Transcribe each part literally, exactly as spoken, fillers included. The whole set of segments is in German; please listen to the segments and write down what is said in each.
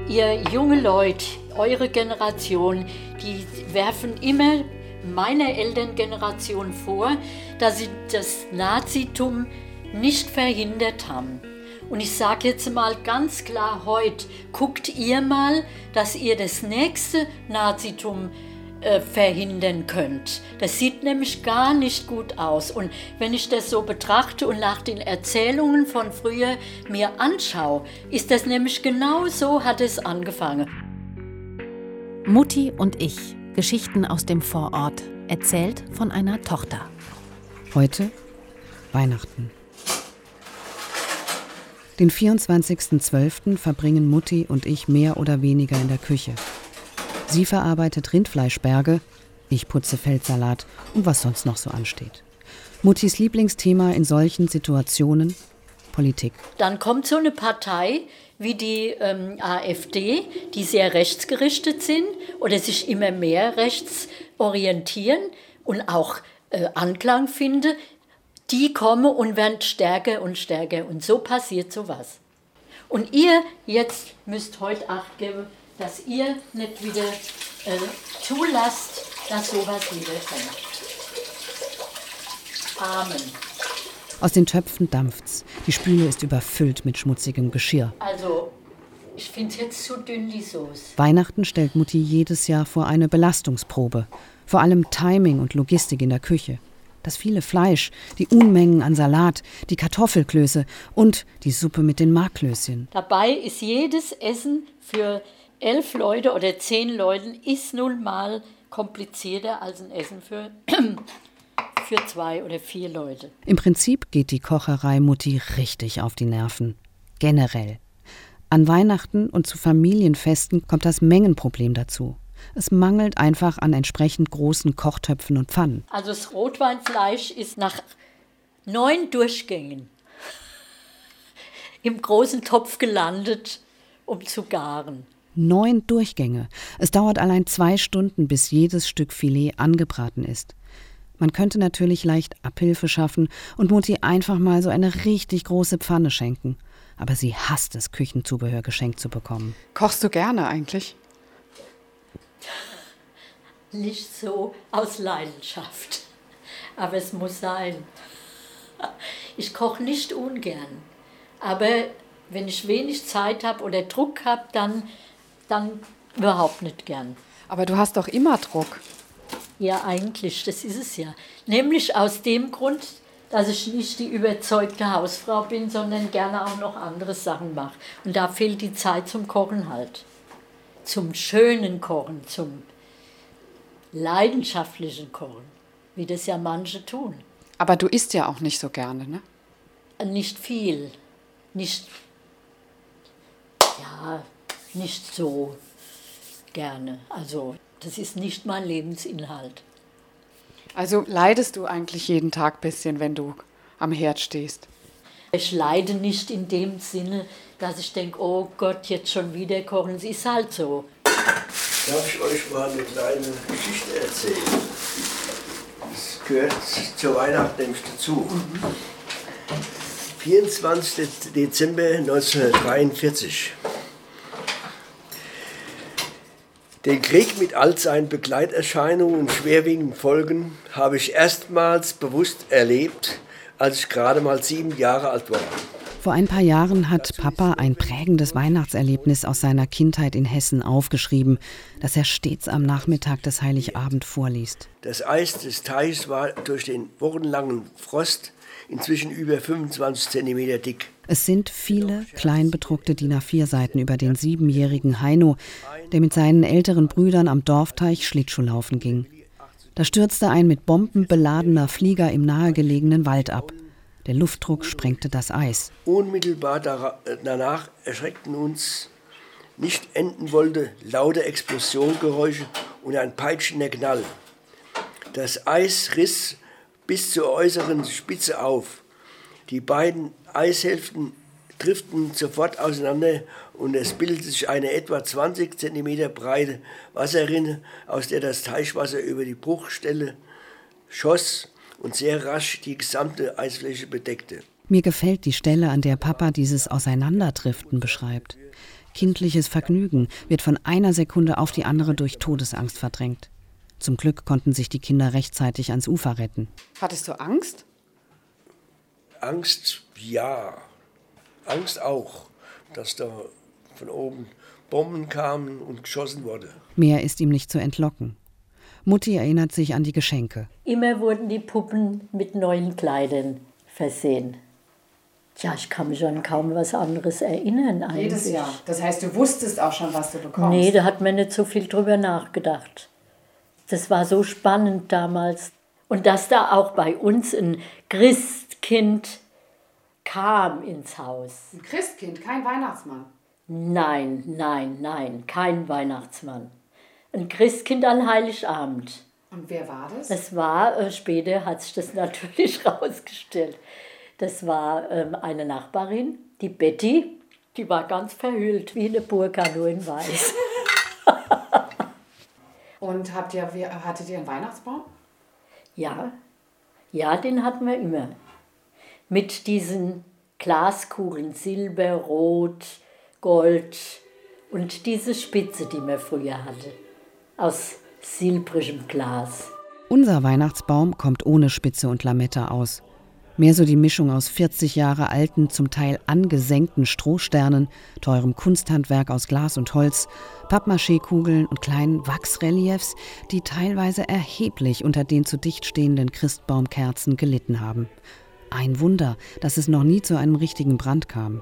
Ihr junge Leute, eure Generation, die werfen immer meiner Elterngeneration vor, dass sie das Nazitum nicht verhindert haben. Und ich sage jetzt mal ganz klar heute, guckt ihr mal, dass ihr das nächste Nazitum äh, verhindern könnt. Das sieht nämlich gar nicht gut aus. Und wenn ich das so betrachte und nach den Erzählungen von früher mir anschaue, ist das nämlich genau so hat es angefangen. Mutti und ich, Geschichten aus dem Vorort, erzählt von einer Tochter. Heute Weihnachten. Den vierundzwanzigsten zwölften verbringen Mutti und ich mehr oder weniger in der Küche. Sie verarbeitet Rindfleischberge, ich putze Feldsalat und was sonst noch so ansteht. Muttis Lieblingsthema in solchen Situationen: Politik. Dann kommt so eine Partei wie die ähm, AfD, die sehr rechtsgerichtet sind oder sich immer mehr rechts orientieren und auch äh, Anklang finden. Die kommen und werden stärker und stärker. Und so passiert sowas. Und ihr jetzt müsst heute Acht geben, dass ihr nicht wieder äh, zulasst, dass sowas wiederkommt. Amen. Aus den Töpfen dampft's. Die Spüle ist überfüllt mit schmutzigem Geschirr. Also, ich finde es jetzt zu dünn, die Soße. Weihnachten stellt Mutti jedes Jahr vor eine Belastungsprobe. Vor allem Timing und Logistik in der Küche. Das viele Fleisch, die Unmengen an Salat, die Kartoffelklöße und die Suppe mit den Marklöschen. Dabei ist jedes Essen für elf Leute oder zehn Leuten ist nun mal komplizierter als ein Essen für, für zwei oder vier Leute. Im Prinzip geht die Kocherei Mutti richtig auf die Nerven. Generell. An Weihnachten und zu Familienfesten kommt das Mengenproblem dazu. Es mangelt einfach an entsprechend großen Kochtöpfen und Pfannen. Also das Rotweinfleisch ist nach neun Durchgängen im großen Topf gelandet, um zu garen. Neun Durchgänge. Es dauert allein zwei Stunden, bis jedes Stück Filet angebraten ist. Man könnte natürlich leicht Abhilfe schaffen und Mutti einfach mal so eine richtig große Pfanne schenken. Aber sie hasst es, Küchenzubehör geschenkt zu bekommen. Kochst du gerne eigentlich? Nicht so aus Leidenschaft, aber es muss sein. Ich koche nicht ungern, aber wenn ich wenig Zeit habe oder Druck habe, dann, dann überhaupt nicht gern. Aber du hast doch immer Druck. Ja, eigentlich, das ist es ja. Nämlich aus dem Grund, dass ich nicht die überzeugte Hausfrau bin, sondern gerne auch noch andere Sachen mache. Und da fehlt die Zeit zum Kochen halt. Zum schönen Kochen, zum leidenschaftlichen Kochen, wie das ja manche tun. Aber du isst ja auch nicht so gerne, ne? Nicht viel, nicht, ja, nicht so gerne. Also das ist nicht mein Lebensinhalt. Also leidest du eigentlich jeden Tag ein bisschen, wenn du am Herd stehst? Ich leide nicht in dem Sinne, dass ich denke, oh Gott, jetzt schon wieder kochen. Es ist halt so. Darf ich euch mal eine kleine Geschichte erzählen? Das gehört zur Weihnacht nämlich dazu. vierundzwanzigster Dezember neunzehnhundertdreiundvierzig. Den Krieg mit all seinen Begleiterscheinungen und schwerwiegenden Folgen habe ich erstmals bewusst erlebt, als ich gerade mal sieben Jahre alt war. Vor ein paar Jahren hat Papa ein prägendes Weihnachtserlebnis aus seiner Kindheit in Hessen aufgeschrieben, das er stets am Nachmittag des Heiligabend vorliest. Das Eis des Teiches war durch den wochenlangen Frost inzwischen über fünfundzwanzig Zentimeter dick. Es sind viele klein bedruckte D I N A vier Seiten über den siebenjährigen Heino, der mit seinen älteren Brüdern am Dorfteich Schlittschuhlaufen ging. Da stürzte ein mit Bomben beladener Flieger im nahegelegenen Wald ab. Der Luftdruck sprengte das Eis. Unmittelbar danach erschreckten uns nicht enden wollte laute Explosionsgeräusche und ein peitschender Knall. Das Eis riss bis zur äußeren Spitze auf. Die beiden Eishälften driften sofort auseinander und es bildete sich eine etwa zwanzig Zentimeter breite Wasserrinne, aus der das Teichwasser über die Bruchstelle schoss und sehr rasch die gesamte Eisfläche bedeckte. Mir gefällt die Stelle, an der Papa dieses Auseinanderdriften beschreibt. Kindliches Vergnügen wird von einer Sekunde auf die andere durch Todesangst verdrängt. Zum Glück konnten sich die Kinder rechtzeitig ans Ufer retten. Hattest du Angst? Angst, ja. Angst auch, dass da von oben Bomben kamen und geschossen wurde. Mehr ist ihm nicht zu entlocken. Mutti erinnert sich an die Geschenke. Immer wurden die Puppen mit neuen Kleidern versehen. Tja, ich kann mich an kaum was anderes erinnern eigentlich. Jedes Jahr. Das heißt, du wusstest auch schon, was du bekommst? Nee, da hat man nicht so viel drüber nachgedacht. Das war so spannend damals. Und dass da auch bei uns ein Christkind kam ins Haus. Ein Christkind, kein Weihnachtsmann? Nein, nein, nein, kein Weihnachtsmann. Ein Christkind an Heiligabend. Und wer war das? Das war, äh, später hat sich das natürlich rausgestellt. Das war ähm, eine Nachbarin, die Betty, die war ganz verhüllt, wie eine Burka, nur in weiß. Und habt ihr, hattet ihr einen Weihnachtsbaum? Ja, ja, den hatten wir immer. Mit diesen Glaskugeln, Silber, Rot, Gold und diese Spitze, die man früher hatte, aus silbrigem Glas. Unser Weihnachtsbaum kommt ohne Spitze und Lametta aus. Mehr so die Mischung aus vierzig Jahre alten, zum Teil angesenkten Strohsternen, teurem Kunsthandwerk aus Glas und Holz, Pappmaché-Kugeln und kleinen Wachsreliefs, die teilweise erheblich unter den zu dicht stehenden Christbaumkerzen gelitten haben. Ein Wunder, dass es noch nie zu einem richtigen Brand kam.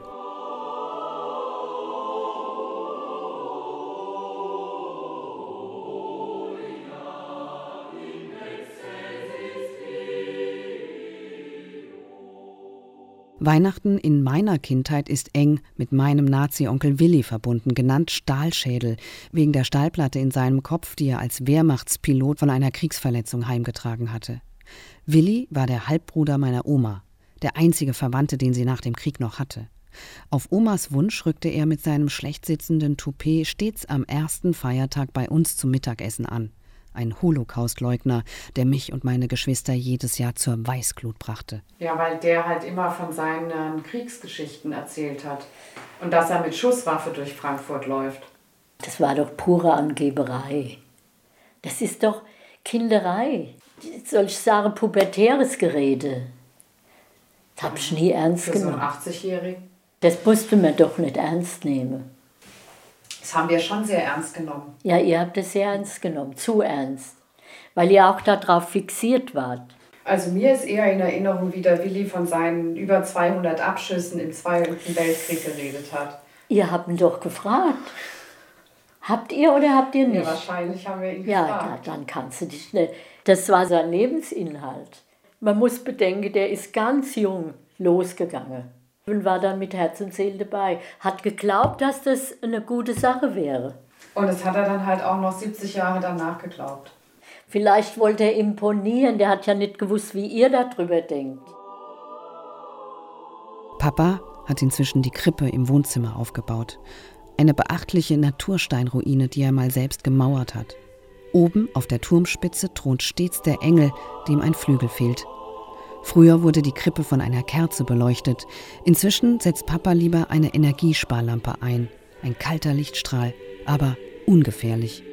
Weihnachten in meiner Kindheit ist eng mit meinem Nazi-Onkel Willi verbunden, genannt Stahlschädel, wegen der Stahlplatte in seinem Kopf, die er als Wehrmachtspilot von einer Kriegsverletzung heimgetragen hatte. Willi war der Halbbruder meiner Oma, der einzige Verwandte, den sie nach dem Krieg noch hatte. Auf Omas Wunsch rückte er mit seinem schlecht sitzenden Toupet stets am ersten Feiertag bei uns zum Mittagessen an. Ein Holocaustleugner, der mich und meine Geschwister jedes Jahr zur Weißglut brachte. Ja, weil der halt immer von seinen Kriegsgeschichten erzählt hat. Und dass er mit Schusswaffe durch Frankfurt läuft. Das war doch pure Angeberei. Das ist doch Kinderei. Soll ich sagen, pubertäres Gerede. Das hab ich nie ernst Für genommen. so einen achtzigjährigen? Das musste man doch nicht ernst nehmen. Das haben wir schon sehr ernst genommen. Ja, ihr habt es sehr ernst genommen, zu ernst. Weil ihr auch darauf fixiert wart. Also mir ist eher in Erinnerung, wie der Willi von seinen über zweihundert Abschüssen im Zweiten Weltkrieg geredet hat. Ihr habt ihn doch gefragt. Habt ihr oder habt ihr nicht? Ja, wahrscheinlich haben wir ihn ja, gefragt. Ja, dann kannst du dich nicht. Das war sein Lebensinhalt. Man muss bedenken, der ist ganz jung losgegangen. Und war dann mit Herz und Seele dabei. Hat geglaubt, dass das eine gute Sache wäre. Und das hat er dann halt auch noch siebzig Jahre danach geglaubt. Vielleicht wollte er imponieren. Der hat ja nicht gewusst, wie ihr darüber denkt. Papa hat inzwischen die Krippe im Wohnzimmer aufgebaut. Eine beachtliche Natursteinruine, die er mal selbst gemauert hat. Oben auf der Turmspitze thront stets der Engel, dem ein Flügel fehlt. Früher wurde die Krippe von einer Kerze beleuchtet. Inzwischen setzt Papa lieber eine Energiesparlampe ein. Ein kalter Lichtstrahl, aber ungefährlich.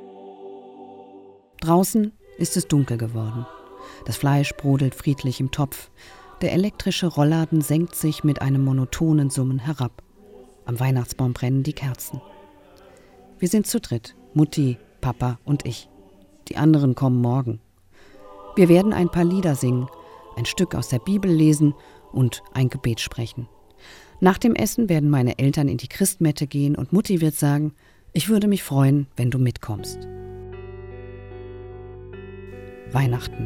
Draußen ist es dunkel geworden. Das Fleisch brodelt friedlich im Topf. Der elektrische Rollladen senkt sich mit einem monotonen Summen herab. Am Weihnachtsbaum brennen die Kerzen. Wir sind zu dritt, Mutti, Papa und ich. Die anderen kommen morgen. Wir werden ein paar Lieder singen, ein Stück aus der Bibel lesen und ein Gebet sprechen. Nach dem Essen werden meine Eltern in die Christmette gehen und Mutti wird sagen, ich würde mich freuen, wenn du mitkommst. Weihnachten.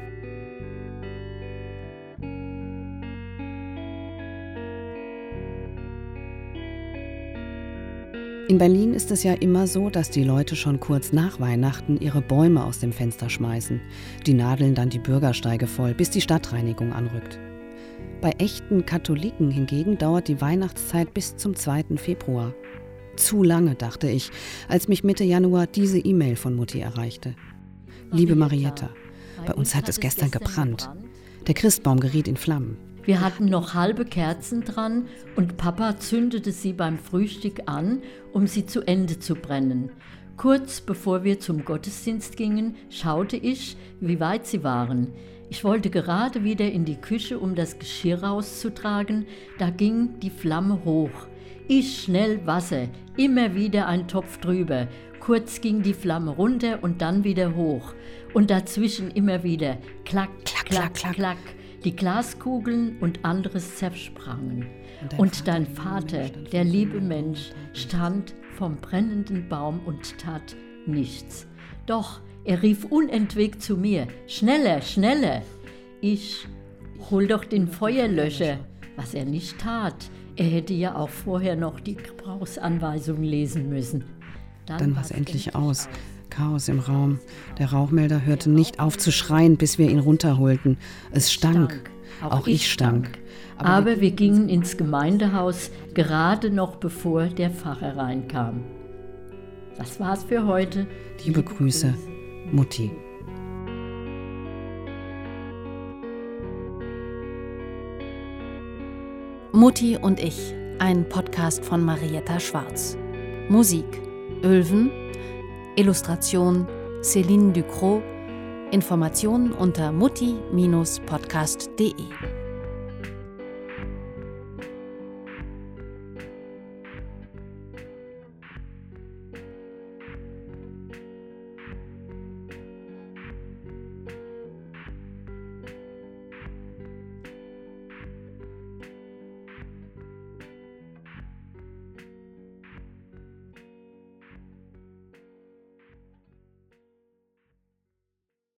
In Berlin ist es ja immer so, dass die Leute schon kurz nach Weihnachten ihre Bäume aus dem Fenster schmeißen. Die nadeln dann die Bürgersteige voll, bis die Stadtreinigung anrückt. Bei echten Katholiken hingegen dauert die Weihnachtszeit bis zum zweiten Februar. Zu lange, dachte ich, als mich Mitte Januar diese E-Mail von Mutti erreichte. Liebe Marietta, bei uns hat es gestern gebrannt. Der Christbaum geriet in Flammen. Wir hatten noch halbe Kerzen dran und Papa zündete sie beim Frühstück an, um sie zu Ende zu brennen. Kurz bevor wir zum Gottesdienst gingen, schaute ich, wie weit sie waren. Ich wollte gerade wieder in die Küche, um das Geschirr rauszutragen, da ging die Flamme hoch. Ich schnell Wasser, immer wieder ein Topf drüber. Kurz ging die Flamme runter und dann wieder hoch. Und dazwischen immer wieder klack, klack, klack, klack, klack. Die Glaskugeln und anderes zersprangen. Und dein Vater, der liebe Mensch, stand vom brennenden Baum und tat nichts. Doch er rief unentwegt zu mir, schneller, schneller. Ich, hol doch den Feuerlöscher, was er nicht tat. Er hätte ja auch vorher noch die Gebrauchsanweisung lesen müssen. Dann, Dann war es endlich aus. Chaos im Raum. Der Rauchmelder hörte nicht auf zu schreien, bis wir ihn runterholten. Es stank. Auch, auch ich stank. Aber, Aber wir gingen ins Gemeindehaus, gerade noch bevor der Pfarrer reinkam. Das war's für heute. Liebe, Liebe Grüße, Grüße, Mutti. Mutti und ich, ein Podcast von Marietta Schwarz. Musik Ölven, Illustration Céline Ducrot, Informationen unter mutti Bindestrich podcast punkt de.